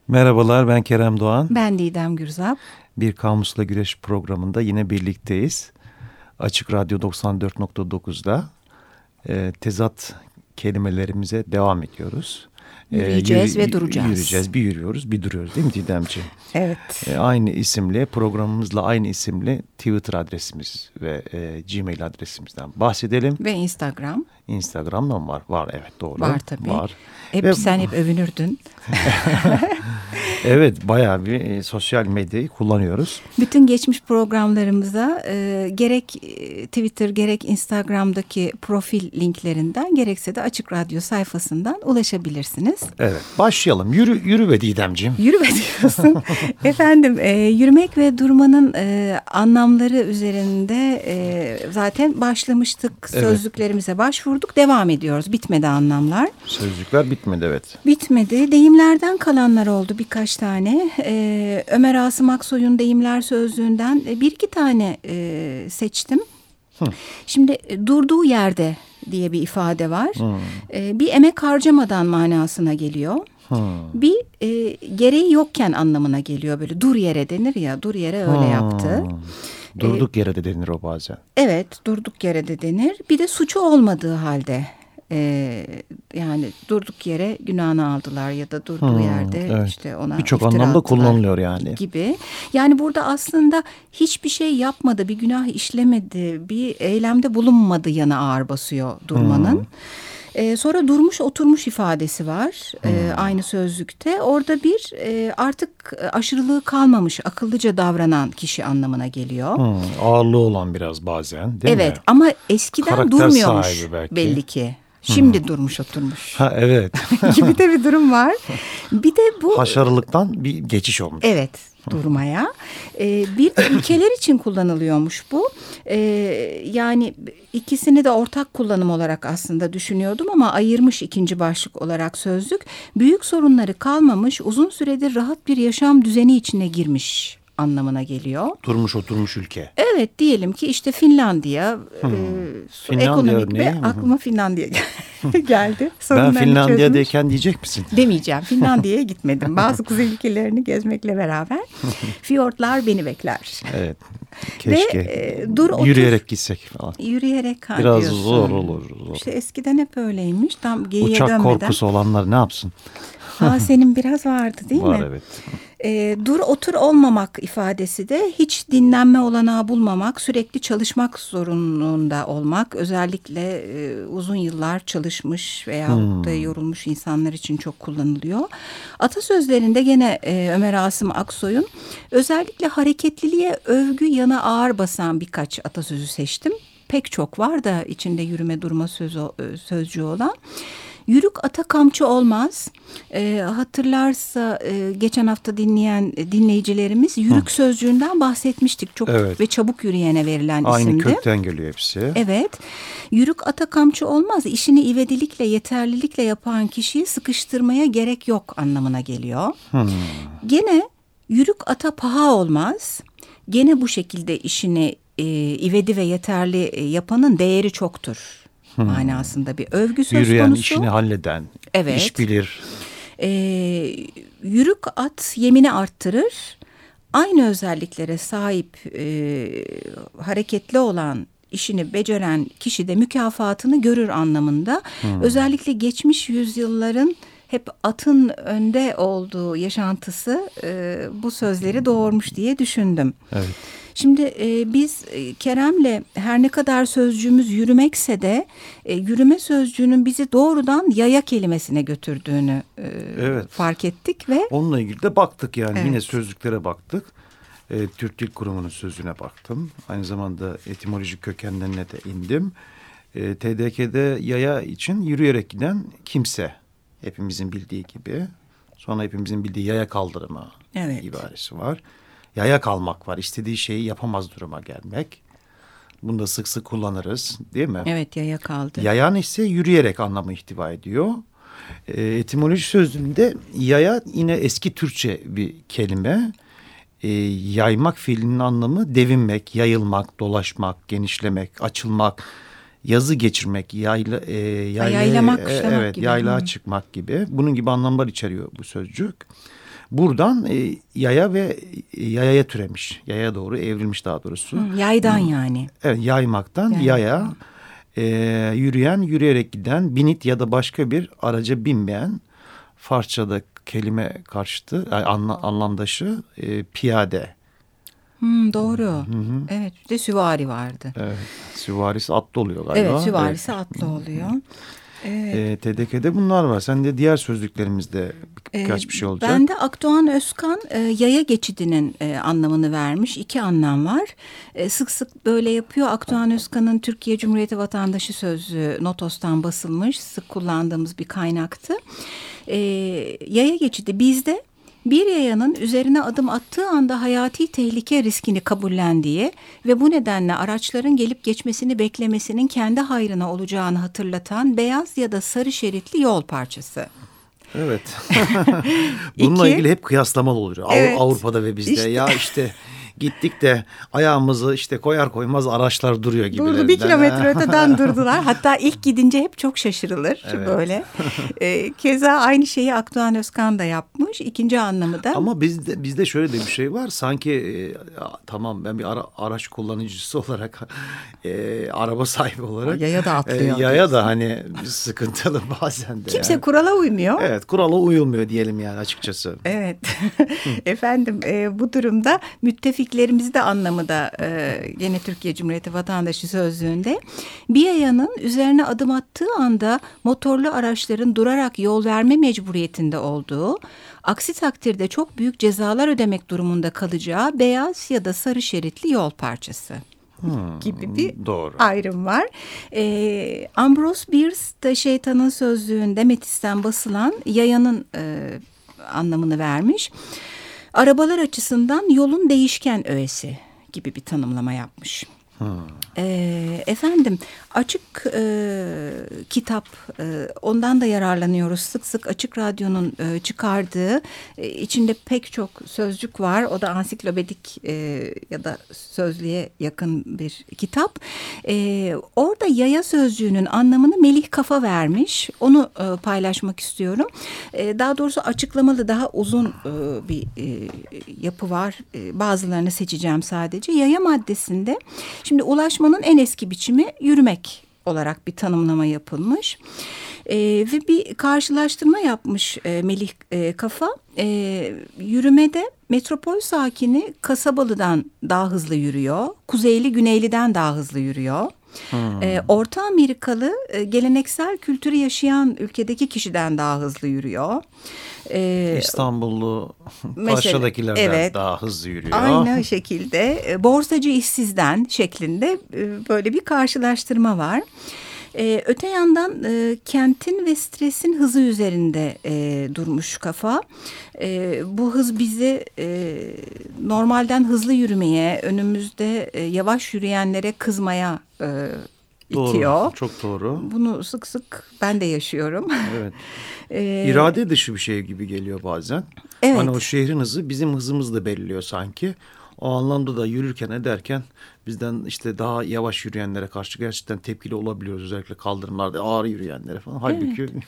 Merhabalar, ben Kerem Doğan. Ben Didem Gürzap. Bir Kamusla Güreş programında yine birlikteyiz. Açık Radyo 94.9'da tezat kelimelerimize devam ediyoruz. Yürüyeceğiz ve duracağız. Yürüyeceğiz, bir yürüyoruz, bir duruyoruz değil mi Didemciğim? Evet. Aynı isimle, programımızla aynı isimle Twitter adresimiz ve Gmail adresimizden bahsedelim. Ve Instagram. Instagram'da mı var? Var, evet, doğru. Var tabii. Var. Sen hep övünürdün. Evet, bayağı bir sosyal medyayı kullanıyoruz. Bütün geçmiş programlarımıza gerek Twitter gerek Instagram'daki profil linklerinden gerekse de Açık Radyo sayfasından ulaşabilirsiniz. Evet, başlayalım. Yürü be Didemciğim. Yürü be diyorsun. Efendim, yürümek ve durmanın anlamları üzerinde zaten başlamıştık. Evet. Sözlüklerimize başvurduk. Devam ediyoruz. Bitmedi anlamlar. Sözlükler bitmedi, evet. Bitmedi. Deyimlerden kalanlar oldu birkaç tane. Ömer Asım Aksoy'un deyimler sözlüğünden bir iki tane seçtim. Şimdi durduğu yerde diye bir ifade var. Bir emek harcamadan manasına geliyor. Bir gereği yokken anlamına geliyor. Böyle dur yere denir ya, dur yere öyle yaptı. Durduk yere de denir o bazen. Evet, durduk yere de denir. Bir de suçu olmadığı halde. Yani durduk yere günahını aldılar ya da durduğu yerde evet. işte ona birçok iftira anlamda attılar kullanılıyor yani. gibi. Yani burada aslında hiçbir şey yapmadı, bir günah işlemedi, bir eylemde bulunmadı yanı ağır basıyor durmanın. Sonra durmuş oturmuş ifadesi var aynı sözlükte. Orada bir artık aşırılığı kalmamış, akıllıca davranan kişi anlamına geliyor. Ağırlığı olan biraz bazen değil mi? Evet, ama eskiden Karakter durmuyormuş sahibi belki. belli ki. Şimdi durmuş oturmuş. Ha, evet. gibi de bir durum var. Bir de bu... Haşarılıktan bir geçiş olmuş. Evet, durmaya. Bir de ülkeler için kullanılıyormuş bu. Yani ikisini de ortak kullanım olarak aslında düşünüyordum ama ayırmış ikinci başlık olarak sözlük. Büyük sorunları kalmamış, uzun süredir rahat bir yaşam düzeni içine girmiş anlamına geliyor. Durmuş oturmuş ülke. Evet, diyelim ki işte Finlandiya, Finlandiya ekonomik örneği. ve aklıma Finlandiya geldi. Ben Finlandiya'dayken diyecek misin? Demeyeceğim. Finlandiya'ya gitmedim. Bazı kuzey ülkelerini gezmekle beraber. Fiyortlar beni bekler. Evet. Keşke dur, otur. yürüyerek gitsek falan. Yürüyerek biraz diyorsun. Zor olur. İşte eskiden hep öyleymiş. Tam geyiğe Uçak dönmeden. korkusu olanlar ne yapsın? Senin biraz vardı değil mi? Var, evet. Dur otur olmamak ifadesi de hiç dinlenme olanağı bulmamak, sürekli çalışmak zorunda olmak, özellikle uzun yıllar çalışmış veyahut da yorulmuş insanlar için çok kullanılıyor. Atasözlerinde gene Ömer Asım Aksoy'un özellikle hareketliliğe övgü yanı ağır basan birkaç atasözü seçtim. Pek çok var da içinde yürüme durma sözcüğü olan. Yürük ata kamçı olmaz. Hatırlarsa geçen hafta dinleyen dinleyicilerimiz yürük sözcüğünden bahsetmiştik. Çok ve çabuk yürüyene verilen isimdi. Aynı kökten geliyor hepsi. Evet. Yürük ata kamçı olmaz. İşini ivedilikle, yeterlilikle yapan kişiyi sıkıştırmaya gerek yok anlamına geliyor. Gene yürük ata paha olmaz. Gene bu şekilde işini ivedi ve yeterli yapanın değeri çoktur. Manasında bir övgü söz konusu. Yürüyen, işini halleden, evet. iş bilir. Yürük at yemini arttırır. Aynı özelliklere sahip hareketli olan, işini beceren kişi de mükafatını görür anlamında. Özellikle geçmiş yüzyılların hep atın önde olduğu yaşantısı bu sözleri doğurmuş diye düşündüm. Evet. Şimdi biz Kerem'le her ne kadar sözcüğümüz yürümekse de yürüme sözcüğünün bizi doğrudan yaya kelimesine götürdüğünü fark ettik ve onunla ilgili de baktık yani yine sözlüklere baktık. Türk Dil Kurumu'nun sözüne baktım. Aynı zamanda etimolojik kökenlerine de indim. TDK'de yaya için yürüyerek giden kimse, hepimizin bildiği gibi. Sonra hepimizin bildiği yaya kaldırma ibaresi var. Yaya kalmak var. İstediği şeyi yapamaz duruma gelmek. Bunu da sık sık kullanırız değil mi? Evet, yaya kaldı. Yayan ise yürüyerek anlamı ihtiva ediyor. Etimoloji sözlüğünde yaya yine eski Türkçe bir kelime. Yaymak fiilinin anlamı devinmek, yayılmak, dolaşmak, genişlemek, açılmak, yazı geçirmek, yaylamak, evet, gibi. yaylağa çıkmak gibi. Bunun gibi anlamlar içeriyor bu sözcük. buradan yaya ve yayaya türemiş. Yaya doğru evrilmiş daha doğrusu. Yaydan yani. Evet, yaymaktan yaya. Yürüyen, yürüyerek giden, binit ya da başka bir araca binmeyen, Farsça'da kelime karşıtı, anlamdaşı piyade. Doğru. Evet, bir de süvari vardı. Evet, süvarisi atlı oluyor galiba. Evet, süvarisi atlı oluyor. Evet. TDK'de bunlar var. Sen de diğer sözlüklerimizde birkaç bir şey olacak. Ben de Akdoğan Özkan yaya geçidinin anlamını vermiş. 2 anlam var. Sık sık böyle yapıyor. Akdoğan Özkan'ın Türkiye Cumhuriyeti Vatandaşı sözlüğü Notos'tan basılmış. Sık kullandığımız bir kaynaktı. Yaya geçidi bizde bir yayanın üzerine adım attığı anda hayati tehlike riskini kabullendiği ve bu nedenle araçların gelip geçmesini beklemesinin kendi hayrına olacağını hatırlatan beyaz ya da sarı şeritli yol parçası. Evet. Bununla ilgili hep kıyaslamalı oluyor. Evet. Avrupa'da ve bizde. İşte. Ya işte gittik de ayağımızı işte koyar koymaz araçlar duruyor gibi. Durdu, 1 kilometre öteden durdular. Hatta ilk gidince hep çok şaşırılır böyle. Keza aynı şeyi Akdoğan Özkan da yapmış. 2. anlamı da. Ama bizde şöyle de bir şey var. Sanki tamam ben bir araç kullanıcısı olarak araba sahibi olarak. Yaya da atlıyor. Yaya da hani sıkıntılı bazen de. Kimse kurala uymuyor. Evet, kurala uyulmuyor diyelim yani açıkçası. Evet. Efendim bu durumda müttefiklerimiz de anlamı da yine Türkiye Cumhuriyeti Vatandaşı sözlüğünde bir yayanın üzerine adım attığı anda motorlu araçların durarak yol verme mecburiyetinde olduğu, aksi takdirde çok büyük cezalar ödemek durumunda kalacağı beyaz ya da sarı şeritli yol parçası. Gibi bir ayrım var. Ambrose Bierce de Şeytanın Sözlüğü'nde Metis'ten basılan yayanın anlamını vermiş. Arabalar açısından yolun değişken öğesi gibi bir tanımlama yapmış. Efendim açık kitap ondan da yararlanıyoruz. Sık sık Açık Radyo'nun çıkardığı içinde pek çok sözcük var. O da ansiklopedik ya da sözlüğe yakın bir kitap. Orada yaya sözcüğünün anlamını Melih Kafa vermiş. Onu paylaşmak istiyorum. Daha doğrusu açıklamalı daha uzun bir yapı var. Bazılarını seçeceğim sadece. Yaya maddesinde şimdi ulaşmanın en eski biçimi yürümek olarak bir tanımlama yapılmış. Ve bir karşılaştırma yapmış Melih Kafa. Yürümede metropol sakini Kasabalı'dan daha hızlı yürüyor. Kuzeyli Güneyli'den daha hızlı yürüyor. Orta Amerikalı geleneksel kültürü yaşayan ülkedeki kişiden daha hızlı yürüyor. İstanbullu Paşa'dakilerden daha hızlı yürüyor. Aynı şekilde borsacı işsizden şeklinde böyle bir karşılaştırma var. Öte yandan kentin ve stresin hızı üzerinde durmuş Kafa. Bu hız bizi normalden hızlı yürümeye, önümüzde yavaş yürüyenlere kızmaya itiyor. Doğru, çok doğru. Bunu sık sık ben de yaşıyorum. Evet. İrade dışı bir şey gibi geliyor bazen. Evet. Hani o şehrin hızı bizim hızımızı da belirliyor sanki. O anlamda da yürürken ederken bizden işte daha yavaş yürüyenlere karşı gerçekten tepkili olabiliyoruz. Özellikle kaldırımlarda ağır yürüyenlere falan. Halbuki evet.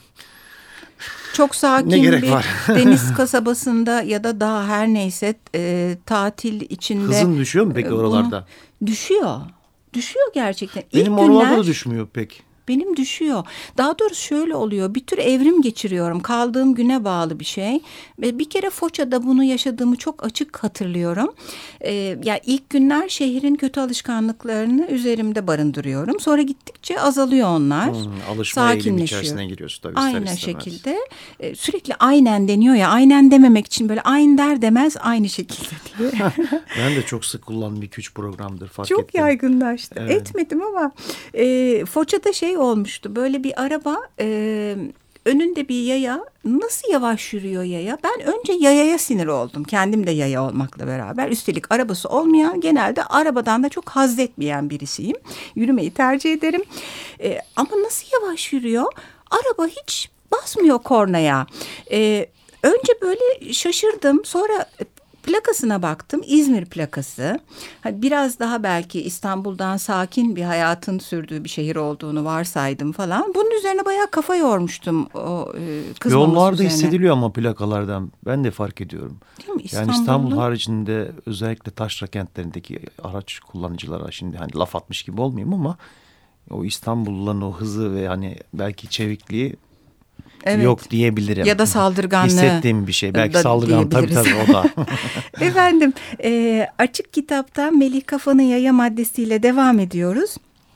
Çok sakin bir deniz kasabasında ya da daha her neyse tatil içinde. Hızın düşüyor mu peki oralarda? Düşüyor. Düşüyor gerçekten. Benim oralarda da düşmüyor pek. Benim düşüyor. Daha doğrusu şöyle oluyor. Bir tür evrim geçiriyorum. Kaldığım güne bağlı bir şey. Ve bir kere Foça'da bunu yaşadığımı çok açık hatırlıyorum. Yani ilk günler şehrin kötü alışkanlıklarını üzerimde barındırıyorum. Sonra gittikçe azalıyor onlar. Alışma eğilimi içerisine giriyorsun tabii. Aynı şekilde. Sürekli aynen deniyor ya. Aynen dememek için böyle aynen der demez aynı şekilde diye. Ben de çok sık kullandığım 2-3 programdır fark çok ettim. Çok yaygınlaştı. Evet. Etmedim ama Foça'da olmuştu. Böyle bir araba önünde bir yaya nasıl yavaş yürüyor yaya? Ben önce yayaya sinir oldum. Kendim de yaya olmakla beraber. Üstelik arabası olmayan genelde arabadan da çok haz etmeyen birisiyim. Yürümeyi tercih ederim. Ama nasıl yavaş yürüyor? Araba hiç basmıyor kornaya. Önce böyle şaşırdım. Sonra Plakasına baktım, İzmir plakası. Biraz daha belki İstanbul'dan sakin bir hayatın sürdüğü bir şehir olduğunu varsaydım falan. Bunun üzerine bayağı kafa yormuştum o kızmaması Yollarda üzerine. hissediliyor ama plakalardan. Ben de fark ediyorum. Değil mi? Yani İstanbul haricinde özellikle taşra kentlerindeki araç kullanıcılara şimdi hani laf atmış gibi olmayayım ama o İstanbulluların o hızı ve hani belki çevikliği yok diyebilirim. Ya da saldırganlığı. Hissettiğim bir şey. Belki saldırgan tabii o da. Efendim Açık Kitap'tan Melih Kafa'nın Yaya maddesiyle devam ediyoruz.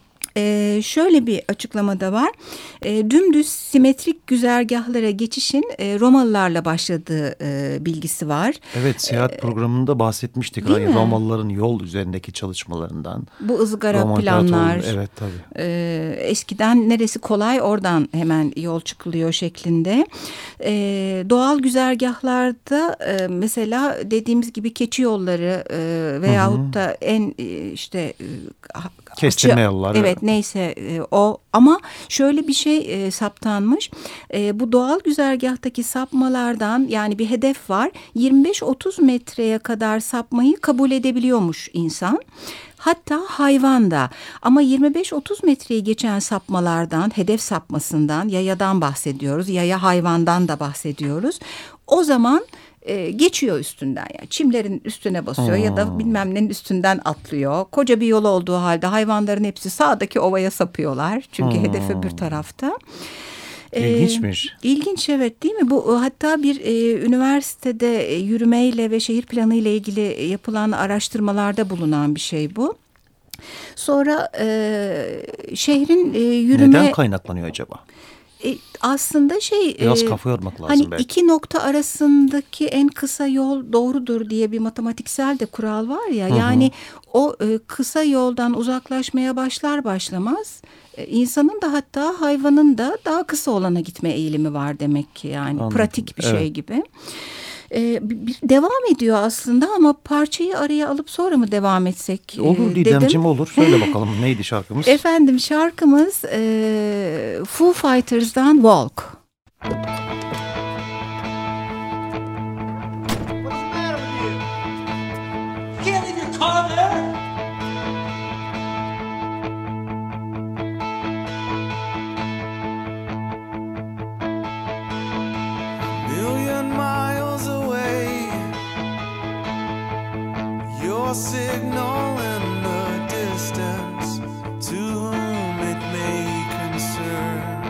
Şöyle bir açıklamada var. Dümdüz simetrik güzergahlara geçişin Romalılarla başladığı bilgisi var. Evet, seyahat programında bahsetmiştik. Romalıların yol üzerindeki çalışmalarından. Bu ızgara planlar. Evet tabii. Eskiden neresi kolay oradan hemen yol çıkılıyor şeklinde. Doğal güzergahlarda mesela dediğimiz gibi keçi yolları veyahut da en kestirme yolları. Evet neyse o ama şöyle bir şey saptanmış. Bu doğal güzergahtaki sapmalardan yani bir hedef var. 25-30 metreye kadar sapmayı kabul edebiliyormuş insan. Hatta hayvan da ama 25-30 metreyi geçen sapmalardan, hedef sapmasından, yayadan bahsediyoruz. Yaya hayvandan da bahsediyoruz. O zaman geçiyor üstünden yani çimlerin üstüne basıyor ya da bilmem nenin üstünden atlıyor. Koca bir yol olduğu halde hayvanların hepsi sağdaki ovaya sapıyorlar. Çünkü hedef öbür tarafta. İlginçmiş. İlginç evet değil mi? Bu hatta bir üniversitede yürümeyle ve şehir planı ile ilgili yapılan araştırmalarda bulunan bir şey bu. Sonra şehrin yürüme... Neden kaynaklanıyor acaba? Aslında biraz kafa yormak lazım hani belki. iki nokta arasındaki en kısa yol doğrudur diye bir matematiksel de kural var ya. Yani o kısa yoldan uzaklaşmaya başlar başlamaz insanın da hatta hayvanın da daha kısa olana gitme eğilimi var demek ki yani. Anladım. Pratik bir şey gibi. Devam ediyor aslında ama parçayı araya alıp sonra mı devam etsek olur Didemciğim olur. Söyle bakalım neydi şarkımız? Efendim şarkımız Foo Fighters'dan Walk. Signal in the distance to whom it may concern.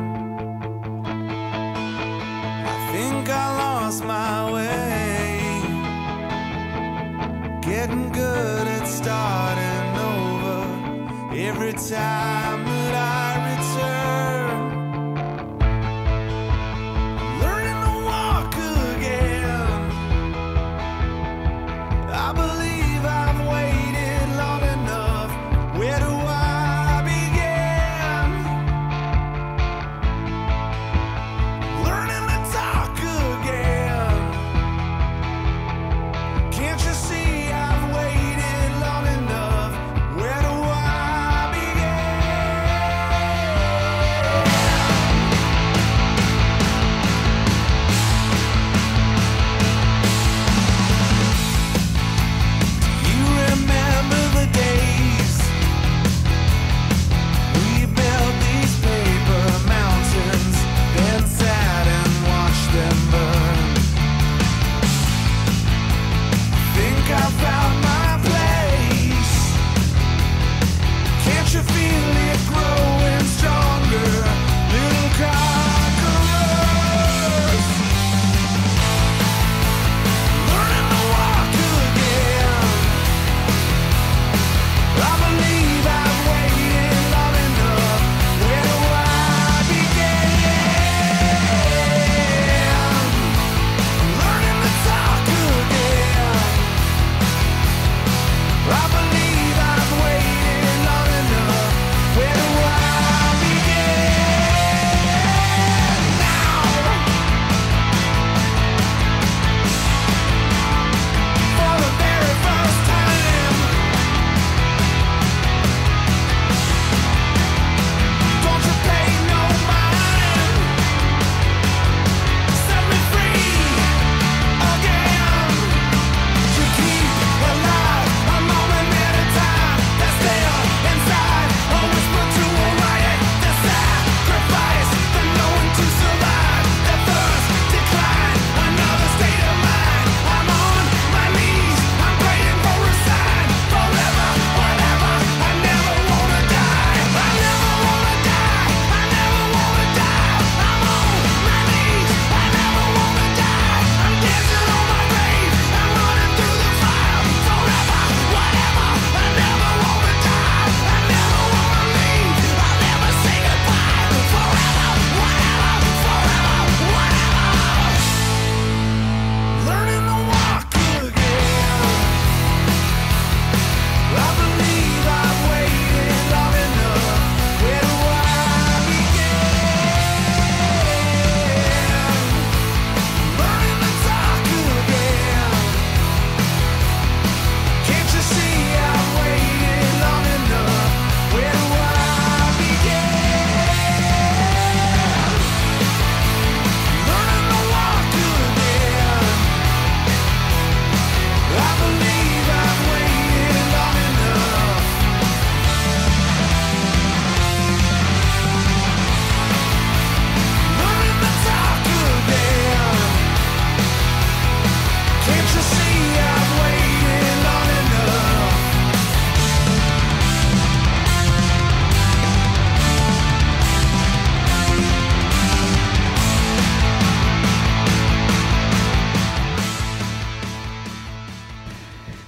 I think I lost my way, getting good at starting over every time that I return. Learning to walk again. I believe I've waited long enough. Where do I begin? Learning to talk again. Can't you see I've waited long enough? Where do I begin?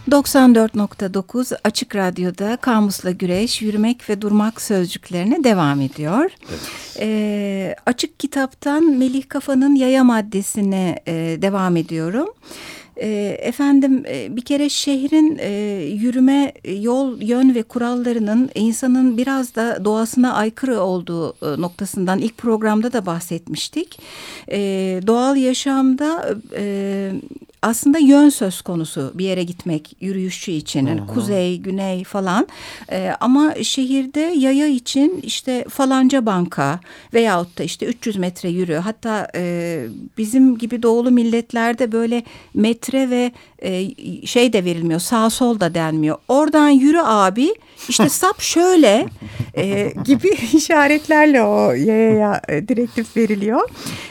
94.9 Açık Radyo'da Kamus'la Güreş, Yürümek ve Durmak sözcüklerine devam ediyor. Evet. Açık Kitap'tan Melih Kafa'nın Yaya maddesine devam ediyorum. Efendim bir kere şehrin yürüme yol, yön ve kurallarının insanın biraz da doğasına aykırı olduğu noktasından ilk programda da bahsetmiştik. Doğal yaşamda aslında yön söz konusu bir yere gitmek yürüyüşçü için. Yani kuzey, güney falan. Ama şehirde yaya için işte falanca banka veyahut da işte 300 metre yürü. Hatta bizim gibi doğulu milletlerde böyle metre ve şey de verilmiyor, sağ sol da denmiyor. Oradan yürü abi, işte sap şöyle gibi işaretlerle o yaya direktif veriliyor.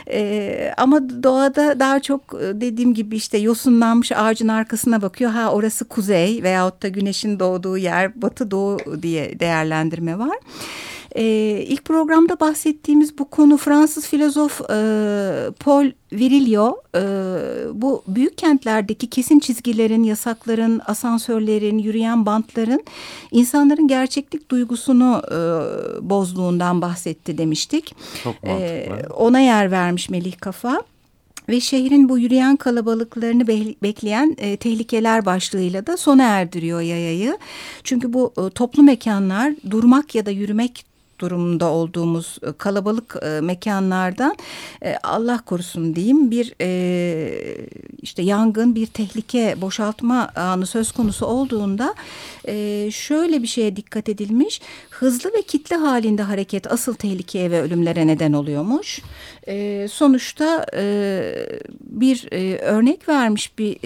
Ama doğada daha çok dediğim gibi işte yosunlanmış ağacın arkasına bakıyor. Ha, orası kuzey veyahut da güneşin doğduğu yer batı doğu diye değerlendirme var. İlk programda bahsettiğimiz bu konu Fransız filozof Paul Virilio bu büyük kentlerdeki kesin çizgilerin, yasakların, asansörlerin, yürüyen bantların insanların gerçeklik duygusunu bozduğundan bahsetti demiştik. Çok mantıklı. Ona yer vermiş Melih Kafa. Ve şehrin bu yürüyen kalabalıklarını bekleyen tehlikeler başlığıyla da sona erdiriyor yayayı. Çünkü bu toplu mekanlar durmak ya da yürümek durumunda olduğumuz kalabalık mekanlardan Allah korusun diyeyim bir işte yangın, bir tehlike, boşaltma anı söz konusu olduğunda şöyle bir şeye dikkat edilmiş. Hızlı ve kitle halinde hareket asıl tehlikeye ve ölümlere neden oluyormuş. Sonuçta bir örnek vermiş bir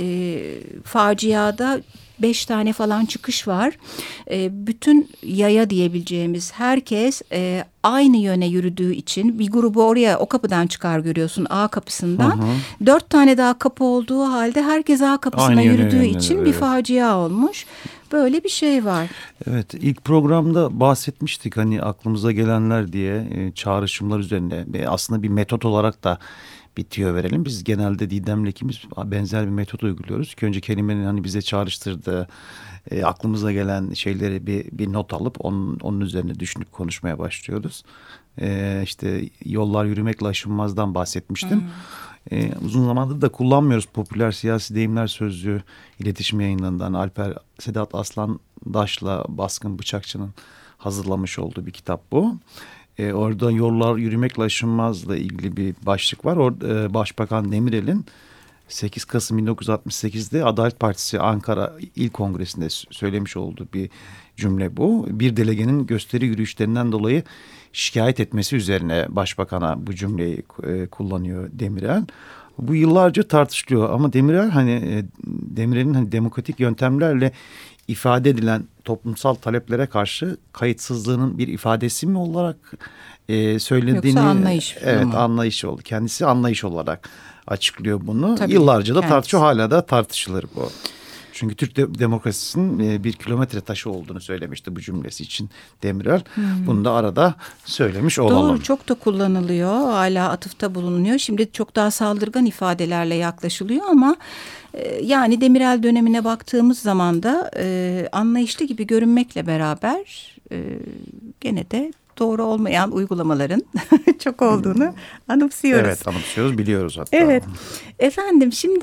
faciada 5 tane falan çıkış var. Bütün yaya diyebileceğimiz herkes aynı yöne yürüdüğü için bir grubu oraya o kapıdan çıkar görüyorsun, A kapısından. 4 tane daha kapı olduğu halde herkes A kapısına Aynı yürüdüğü yöne, için evet. bir facia olmuş. Böyle bir şey var. Evet, ilk programda bahsetmiştik hani aklımıza gelenler diye çağrışımlar üzerine aslında bir metot olarak da bir tüyo verelim. Biz genelde Didem'le ikimiz benzer bir metot uyguluyoruz ki önce kelimenin hani bize çağrıştırdığı aklımıza gelen şeyleri bir not alıp onun üzerine düşünüp konuşmaya başlıyoruz. İşte yollar yürümekle aşınmazdan bahsetmiştim. Uzun zamandır da kullanmıyoruz. Popüler siyasi deyimler sözlüğü iletişim yayınlarından Alper Sedat Aslandaş'la Baskın Bıçakçı'nın hazırlamış olduğu bir kitap bu. Orada yollar yürümekle aşınmazla ilgili bir başlık var. Orada Başbakan Demirel'in 8 Kasım 1968'de Adalet Partisi Ankara İl Kongresi'nde söylemiş olduğu bir cümle bu. Bir delegenin gösteri yürüyüşlerinden dolayı şikayet etmesi üzerine başbakana bu cümleyi kullanıyor Demirel. Bu yıllarca tartışılıyor ama Demirel'in hani demokratik yöntemlerle ifade edilen toplumsal taleplere karşı kayıtsızlığının bir ifadesi mi olarak söylediğini... Yoksa anlayış evet, mı? anlayış oldu. Kendisi anlayış olarak açıklıyor bunu. Tabii, yıllarca da kendisi. tartışıyor, hala da tartışılır bu. Çünkü Türk demokrasisinin bir kilometre taşı olduğunu söylemişti bu cümlesi için Demirel. Bunu da arada söylemiş olalım. Doğru, çok da kullanılıyor. Hala atıfta bulunuyor. Şimdi çok daha saldırgan ifadelerle yaklaşılıyor ama yani Demirel dönemine baktığımız zaman da anlayışlı gibi görünmekle beraber gene de doğru olmayan uygulamaların çok olduğunu anımsıyoruz. Evet, anımsıyoruz, biliyoruz hatta. Evet. Efendim şimdi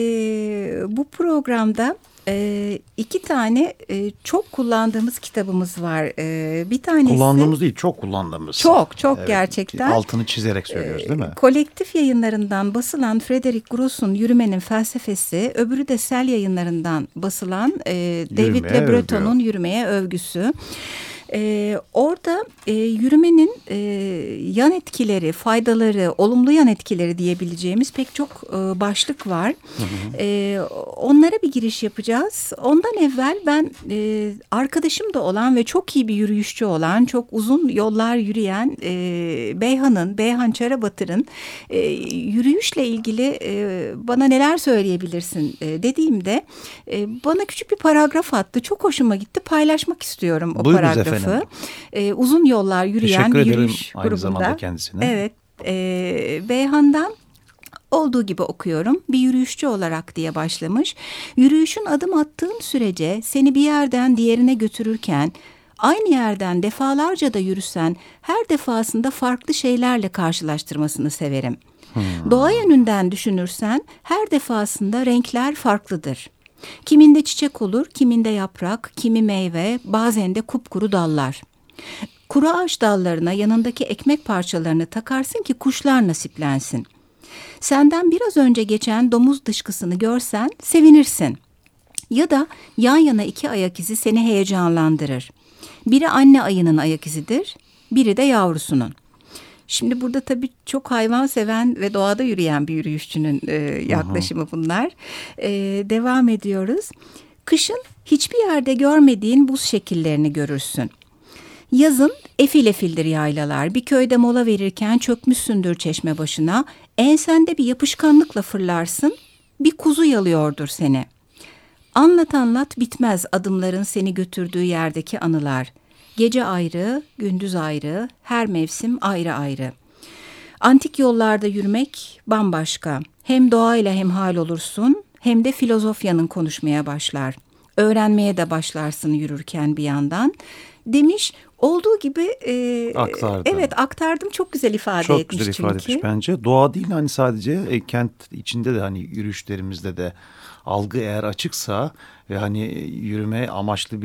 bu programda 2 tane çok kullandığımız kitabımız var. Bir tanesi... Kullandığımız değil, çok kullandığımız. Çok evet, gerçekten. Altını çizerek söylüyoruz değil mi? Kolektif yayınlarından basılan Frederick Gross'un Yürümenin Felsefesi, öbürü de Sel yayınlarından basılan David Le Breton'un Yürümeye Övgüsü. Orada yürümenin yan etkileri, faydaları, olumlu yan etkileri diyebileceğimiz pek çok başlık var. Onlara bir giriş yapacağız. Ondan evvel ben arkadaşım da olan ve çok iyi bir yürüyüşçü olan, çok uzun yollar yürüyen Beyhan Çarabatır'ın yürüyüşle ilgili bana neler söyleyebilirsin dediğimde bana küçük bir paragraf attı. Çok hoşuma gitti. Paylaşmak istiyorum o Buyurunuz paragrafı. efendim. Uzun yollar yürüyen teşekkür bir ederim yürüyüş aynı grubunda. zamanda kendisine. Evet. Beyhan'dan olduğu gibi okuyorum. Bir yürüyüşçü olarak diye başlamış. Yürüyüşün adım attığın sürece seni bir yerden diğerine götürürken aynı yerden defalarca da yürüsen her defasında farklı şeylerle karşılaştırmasını severim. Doğa yönünden düşünürsen her defasında renkler farklıdır. Kiminde çiçek olur, kiminde yaprak, kimi meyve, bazen de kupkuru dallar. Kuru ağaç dallarına yanındaki ekmek parçalarını takarsın ki kuşlar nasiplensin. Senden biraz önce geçen domuz dışkısını görsen sevinirsin. Ya da yan yana iki ayak izi seni heyecanlandırır. Biri anne ayının ayak izidir, biri de yavrusunun. Şimdi burada tabii çok hayvan seven ve doğada yürüyen bir yürüyüşçünün yaklaşımı bunlar. Devam ediyoruz. Kışın hiçbir yerde görmediğin buz şekillerini görürsün. Yazın efil efildir yaylalar. Bir köyde mola verirken çökmüşsündür çeşme başına. Ensende bir yapışkanlıkla fırlarsın. Bir kuzu yalıyordur seni. Anlat anlat bitmez adımların seni götürdüğü yerdeki anılar. Gece ayrı, gündüz ayrı, her mevsim ayrı ayrı. Antik yollarda yürümek bambaşka. Hem doğayla hemhal olursun, hem de filozofyanın konuşmaya başlar. Öğrenmeye de başlarsın yürürken bir yandan. Demiş, olduğu gibi aktardı. Evet, aktardım, çok güzel ifade etmiş çünkü. Çok güzel ifade etmiş bence. Doğa değil, hani sadece kent içinde de, hani yürüyüşlerimizde de algı eğer açıksa ve hani yürüme amaçlı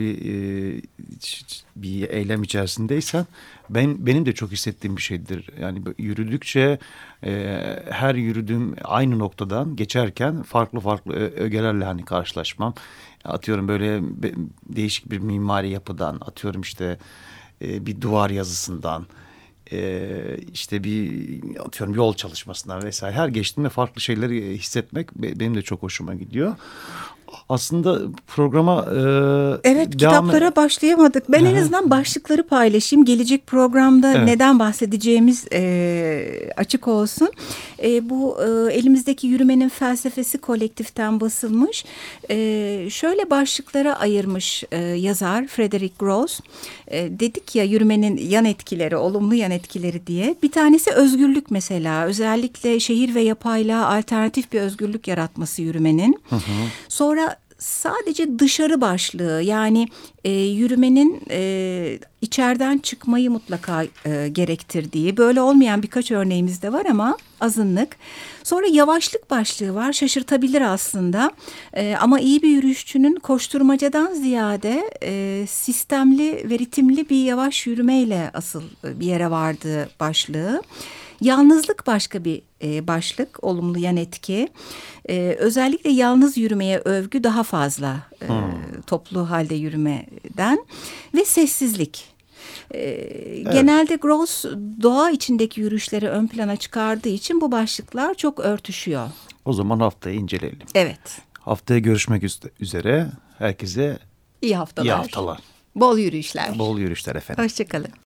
bir eylem içerisindeysen, benim de çok hissettiğim bir şeydir. Yani yürüdükçe her yürüdüğüm aynı noktadan geçerken farklı farklı ögelerle hani karşılaşmam. Atıyorum böyle değişik bir mimari yapıdan, atıyorum işte bir duvar yazısından, işte bir atıyorum yol çalışmasından vesaire, her geçtiğimde farklı şeyleri hissetmek benim de çok hoşuma gidiyor. Aslında programa evet, kitaplara başlayamadık. Ben en azından başlıkları paylaşayım. Gelecek programda neden bahsedeceğimiz açık olsun. Bu elimizdeki Yürümenin Felsefesi kolektiften basılmış. Şöyle başlıklara ayırmış yazar Frederick Gross. Dedik ya, yürümenin yan etkileri, olumlu yan etkileri diye. Bir tanesi özgürlük mesela. Özellikle şehir ve yapaylığa alternatif bir özgürlük yaratması yürümenin. Sonra sadece dışarı başlığı, yani yürümenin içeriden çıkmayı mutlaka gerektirdiği, böyle olmayan birkaç örneğimiz de var ama azınlık. Sonra yavaşlık başlığı var, şaşırtabilir aslında ama iyi bir yürüyüşçünün koşturmacadan ziyade sistemli ve ritimli bir yavaş yürümeyle asıl bir yere vardığı başlığı. Yalnızlık başka bir başlık, olumlu yan etki. Özellikle yalnız yürümeye övgü daha fazla toplu halde yürümeden ve sessizlik. Genelde Gross doğa içindeki yürüyüşleri ön plana çıkardığı için bu başlıklar çok örtüşüyor. O zaman haftaya inceleyelim. Evet. Haftaya görüşmek üzere. Herkese iyi haftalar. İyi haftalar. Bol yürüyüşler. Bol yürüyüşler efendim. Hoşçakalın.